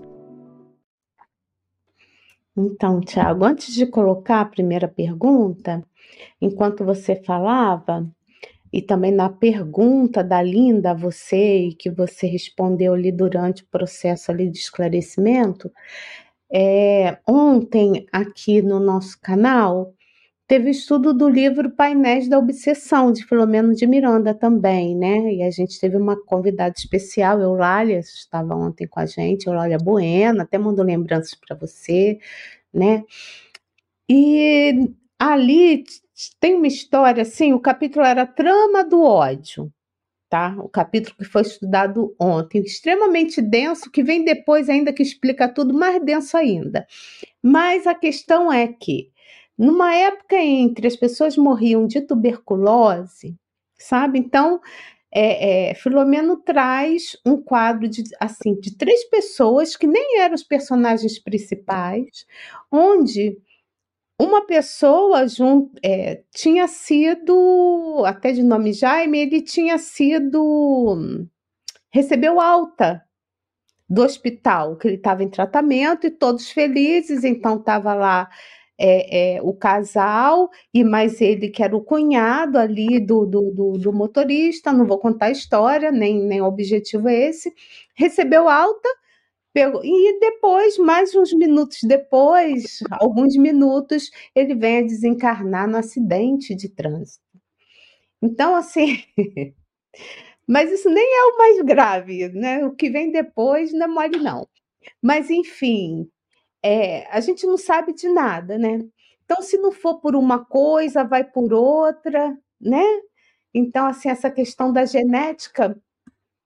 Então, Tiago, antes de colocar a primeira pergunta, enquanto você falava, e também na pergunta da Linda a você, e que você respondeu ali durante o processo ali de esclarecimento, é, ontem aqui no nosso canal, teve estudo do livro Painéis da Obsessão, de Filomeno de Miranda também, né? E a gente teve uma convidada especial, Eulália, estava ontem com a gente, Eulália Bueno, até mandou lembranças para você, né? E ali tem uma história, assim, o capítulo era Trama do Ódio, tá? O capítulo que foi estudado ontem, extremamente denso, que vem depois ainda que explica tudo, mais denso ainda. Mas a questão é que, numa época em que as pessoas morriam de tuberculose, sabe? Então, é, é, Filomeno traz um quadro de, assim, de três pessoas que nem eram os personagens principais, onde uma pessoa junto, é, tinha sido, até de nome Jaime, ele tinha sido, recebeu alta do hospital, que ele estava em tratamento e todos felizes, então estava lá é, é, o casal e mais ele que era o cunhado ali do, do, do, do motorista, não vou contar a história, nem, nem o objetivo é esse, recebeu alta, pegou, e depois, mais uns minutos depois, alguns minutos, ele vem a desencarnar no acidente de trânsito. Então, assim... Mas isso nem é o mais grave, né? O que vem depois não é mole, não. Mas, enfim, é, a gente não sabe de nada, né? Então, se não for por uma coisa, vai por outra, né? Então, assim, essa questão da genética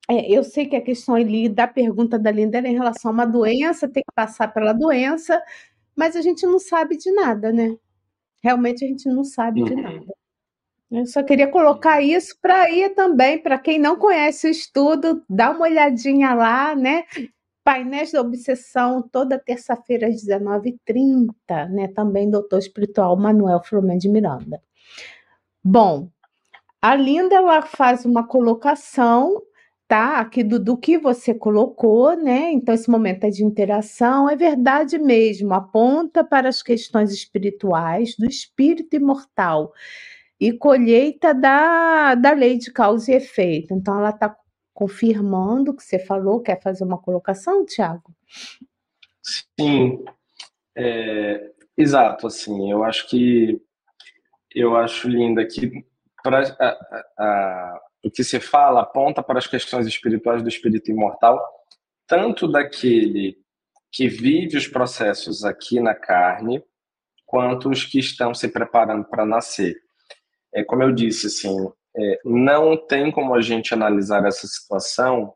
É, eu sei que a questão ali da pergunta da Linda era em relação a uma doença, tem que passar pela doença, mas a gente não sabe de nada, né? Realmente a gente não sabe de nada. Uhum. Eu só queria colocar isso para ir também, para quem não conhece o estudo, dá uma olhadinha lá, né? Painéis da Obsessão, toda terça-feira às dezenove e trinta, né? Também doutor espiritual Manuel Filomeno de Miranda. Bom, a Linda ela faz uma colocação, tá? Aqui do, do que você colocou, né? Então, esse momento é de interação, é verdade mesmo, aponta para as questões espirituais do espírito imortal e colheita da, da lei de causa e efeito. Então, ela está confirmando o que você falou, quer fazer uma colocação, Tiago? Sim, é, exato, assim, eu acho que eu acho linda que pra, a, a, a, o que se fala aponta para as questões espirituais do espírito imortal, tanto daquele que vive os processos aqui na carne, quanto os que estão se preparando para nascer. É, como eu disse, assim, é, não tem como a gente analisar essa situação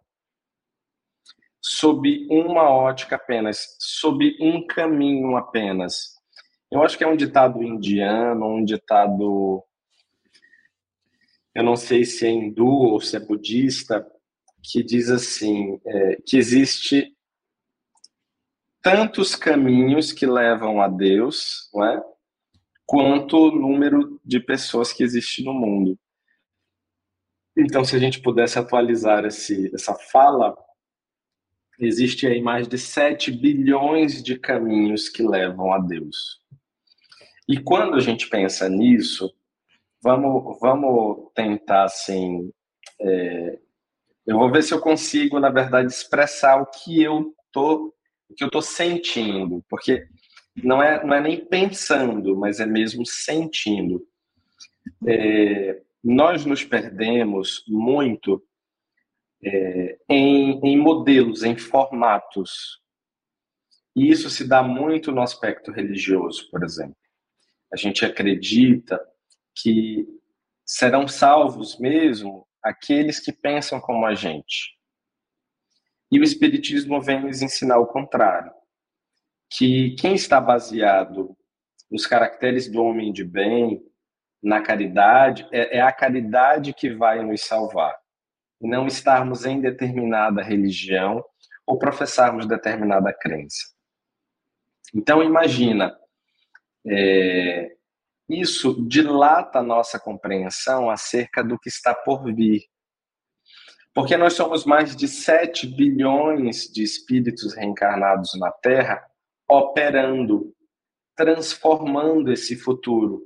sob uma ótica apenas, sob um caminho apenas. Eu acho que é um ditado indiano, um ditado, eu não sei se é hindu ou se é budista, que diz assim, é, que existe tantos caminhos que levam a Deus, não é? Quanto o número de pessoas que existe no mundo. Então, se a gente pudesse atualizar esse, essa fala, existe aí mais de sete bilhões de caminhos que levam a Deus. E quando a gente pensa nisso, vamos, vamos tentar, assim, é, eu vou ver se eu consigo, na verdade, expressar o que eu tô, o que eu tô sentindo, porque não é, não é nem pensando, mas é mesmo sentindo. É, nós nos perdemos muito é, em, em modelos, em formatos. E isso se dá muito no aspecto religioso, por exemplo. A gente acredita que serão salvos mesmo aqueles que pensam como a gente. E o Espiritismo vem nos ensinar o contrário, que quem está baseado nos caracteres do homem de bem, na caridade, é, é a caridade que vai nos salvar. E não estarmos em determinada religião ou professarmos determinada crença. Então, imagina, é, isso dilata a nossa compreensão acerca do que está por vir. Porque nós somos mais de sete bilhões de espíritos reencarnados na Terra, operando, transformando esse futuro,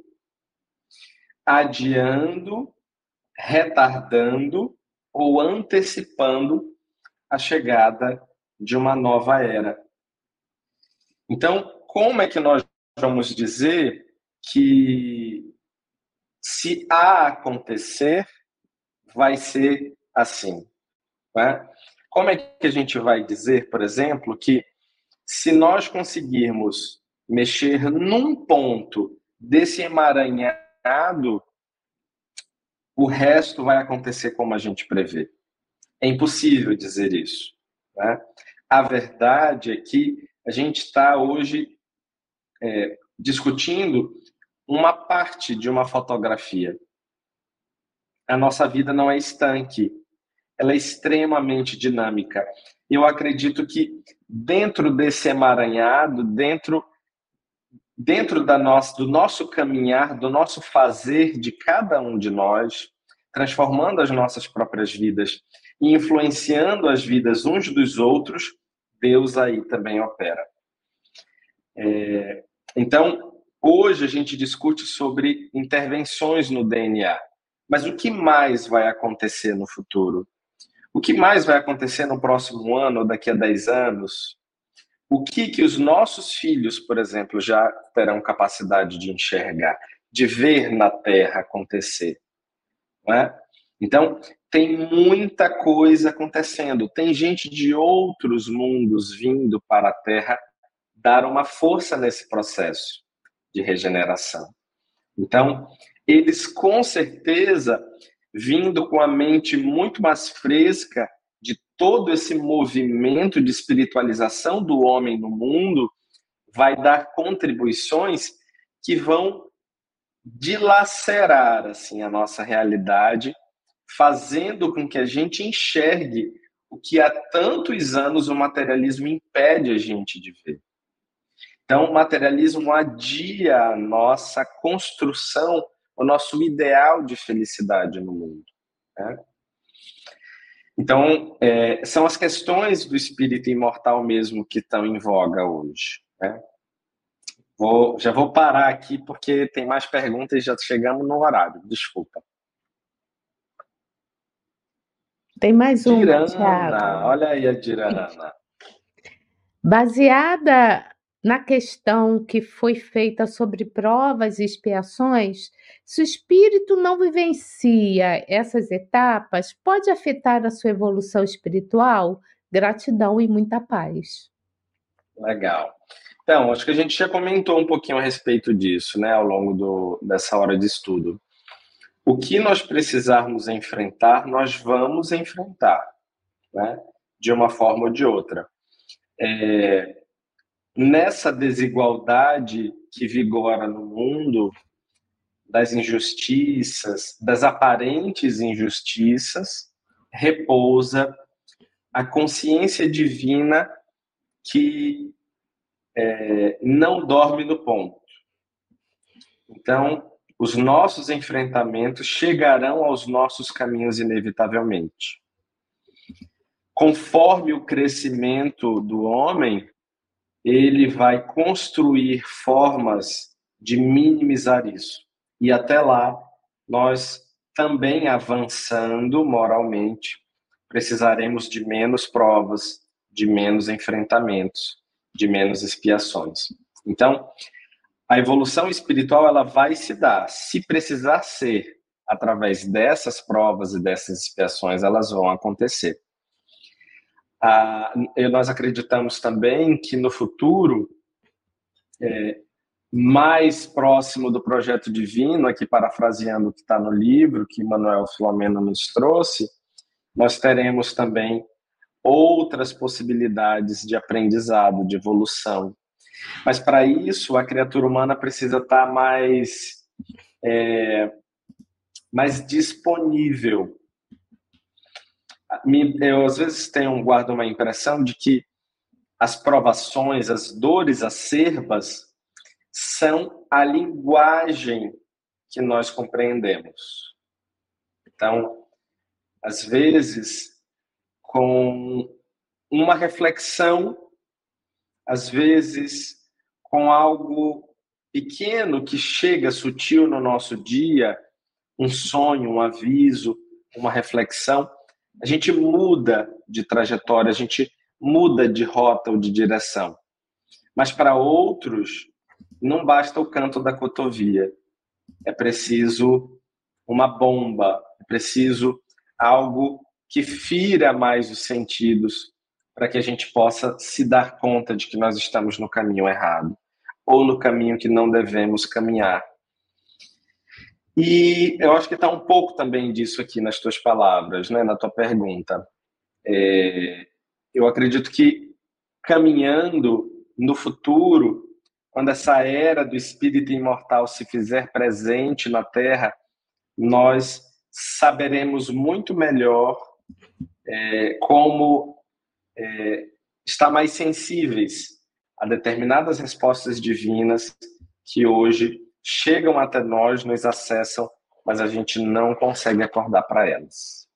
adiando, retardando ou antecipando a chegada de uma nova era. Então, como é que nós vamos dizer que se a acontecer, vai ser assim? Né? Como é que a gente vai dizer, por exemplo, que se nós conseguirmos mexer num ponto desse emaranhado, o resto vai acontecer como a gente prevê? É impossível dizer isso. Né? A verdade é que a gente está hoje é, discutindo uma parte de uma fotografia. A nossa vida não é estanque, ela é extremamente dinâmica. Eu acredito que dentro desse emaranhado, dentro, dentro da nossa, do nosso caminhar, do nosso fazer de cada um de nós, transformando as nossas próprias vidas e influenciando as vidas uns dos outros, Deus aí também opera. É, então, hoje a gente discute sobre intervenções no D N A. Mas o que mais vai acontecer no futuro? O que mais vai acontecer no próximo ano ou daqui a dez anos? O que que os nossos filhos, por exemplo, já terão capacidade de enxergar, de ver na Terra acontecer? Não é? Então, tem muita coisa acontecendo. Tem gente de outros mundos vindo para a Terra dar uma força nesse processo de regeneração. Então, eles com certeza, vindo com a mente muito mais fresca, todo esse movimento de espiritualização do homem no mundo vai dar contribuições que vão dilacerar assim a nossa realidade, fazendo com que a gente enxergue o que há tantos anos o materialismo impede a gente de ver. Então, o materialismo adia a nossa construção, o nosso ideal de felicidade no mundo, né? Então, é, são as questões do espírito imortal mesmo que estão em voga hoje, né? Vou, já vou parar aqui porque tem mais perguntas e já chegamos no horário, desculpa. Tem mais uma, Dirana, Tiago. olha aí a Dirana. Baseada na questão que foi feita sobre provas e expiações, se o espírito não vivencia essas etapas, pode afetar a sua evolução espiritual? Gratidão e muita paz. Legal. Então, acho que a gente já comentou um pouquinho a respeito disso, né, ao longo do, dessa hora de estudo. O que nós precisarmos enfrentar, nós vamos enfrentar, né, de uma forma ou de outra. É, nessa desigualdade que vigora no mundo, das injustiças, das aparentes injustiças, repousa a consciência divina que é, não dorme no ponto. Então, os nossos enfrentamentos chegarão aos nossos caminhos inevitavelmente. Conforme o crescimento do homem, ele vai construir formas de minimizar isso. E até lá, nós também avançando moralmente, precisaremos de menos provas, de menos enfrentamentos, de menos expiações. Então, a evolução espiritual ela vai se dar. Se precisar ser através dessas provas e dessas expiações, elas vão acontecer. Ah, nós acreditamos também que no futuro, é, mais próximo do projeto divino, aqui parafraseando o que está no livro que Manuel Filomeno nos trouxe, nós teremos também outras possibilidades de aprendizado, de evolução. Mas para isso, a criatura humana precisa estar mais, é, mais disponível. Eu, às vezes, tenho, guardo uma impressão de que as provações, as dores acerbas, são a linguagem que nós compreendemos. Então, às vezes, com uma reflexão, às vezes, com algo pequeno que chega sutil no nosso dia, um sonho, um aviso, uma reflexão, a gente muda de trajetória, a gente muda de rota ou de direção. Mas para outros, não basta o canto da cotovia. É preciso uma bomba, é preciso algo que fira mais os sentidos para que a gente possa se dar conta de que nós estamos no caminho errado ou no caminho que não devemos caminhar. E eu acho que está um pouco também disso aqui nas tuas palavras, né, na tua pergunta. É, eu acredito que caminhando no futuro, quando essa era do espírito imortal se fizer presente na Terra, nós saberemos muito melhor é, como é, estar mais sensíveis a determinadas respostas divinas que hoje chegam até nós, nos acessam, mas a gente não consegue acordar para elas.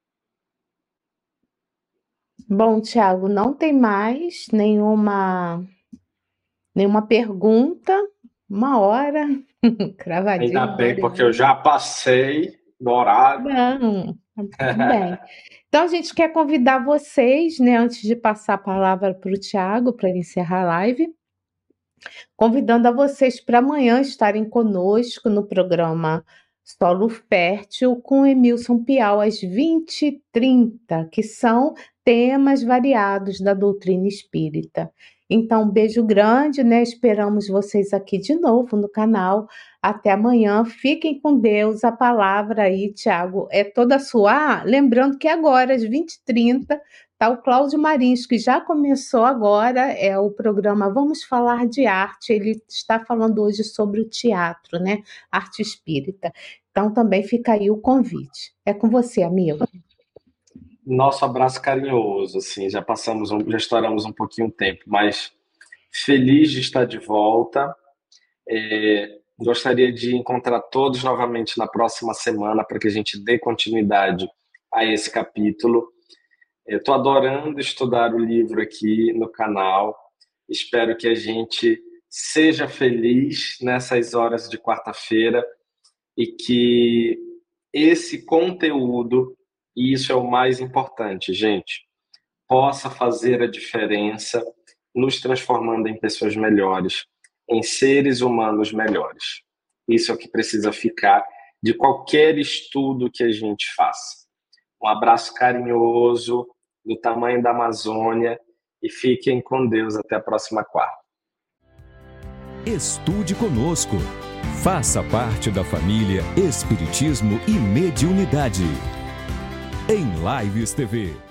Bom, Tiago, não tem mais nenhuma nenhuma pergunta. Uma hora, cravadinho. Ainda bem, porque eu já passei do horário. Não, tudo bem. Então, a gente quer convidar vocês, né, antes de passar a palavra para o Tiago, para encerrar a live, convidando a vocês para amanhã estarem conosco no programa Solo Fértil com Emilson Piau às vinte e trinta, que são temas variados da doutrina espírita. Então, um beijo grande, né? Esperamos vocês aqui de novo no canal. Até amanhã. Fiquem com Deus. A palavra aí, Tiago, é toda sua. Ah, lembrando que agora, às vinte e trinta, tá o Cláudio Marins, que já começou agora, é o programa Vamos Falar de Arte. Ele está falando hoje sobre o teatro, né? Arte espírita. Então, também fica aí o convite. É com você, amigo. Nosso abraço carinhoso, assim, já passamos, um, já estouramos um pouquinho o tempo, mas feliz de estar de volta. É, gostaria de encontrar todos novamente na próxima semana para que a gente dê continuidade a esse capítulo. Estou adorando estudar o livro aqui no canal. Espero que a gente seja feliz nessas horas de quarta-feira e que esse conteúdo, e isso é o mais importante, gente, possa fazer a diferença nos transformando em pessoas melhores, em seres humanos melhores. Isso é o que precisa ficar de qualquer estudo que a gente faça. Um abraço carinhoso, do tamanho da Amazônia, e fiquem com Deus até a próxima quarta. Estude conosco. Faça parte da família Espiritismo e Mediunidade. Em Lives T V.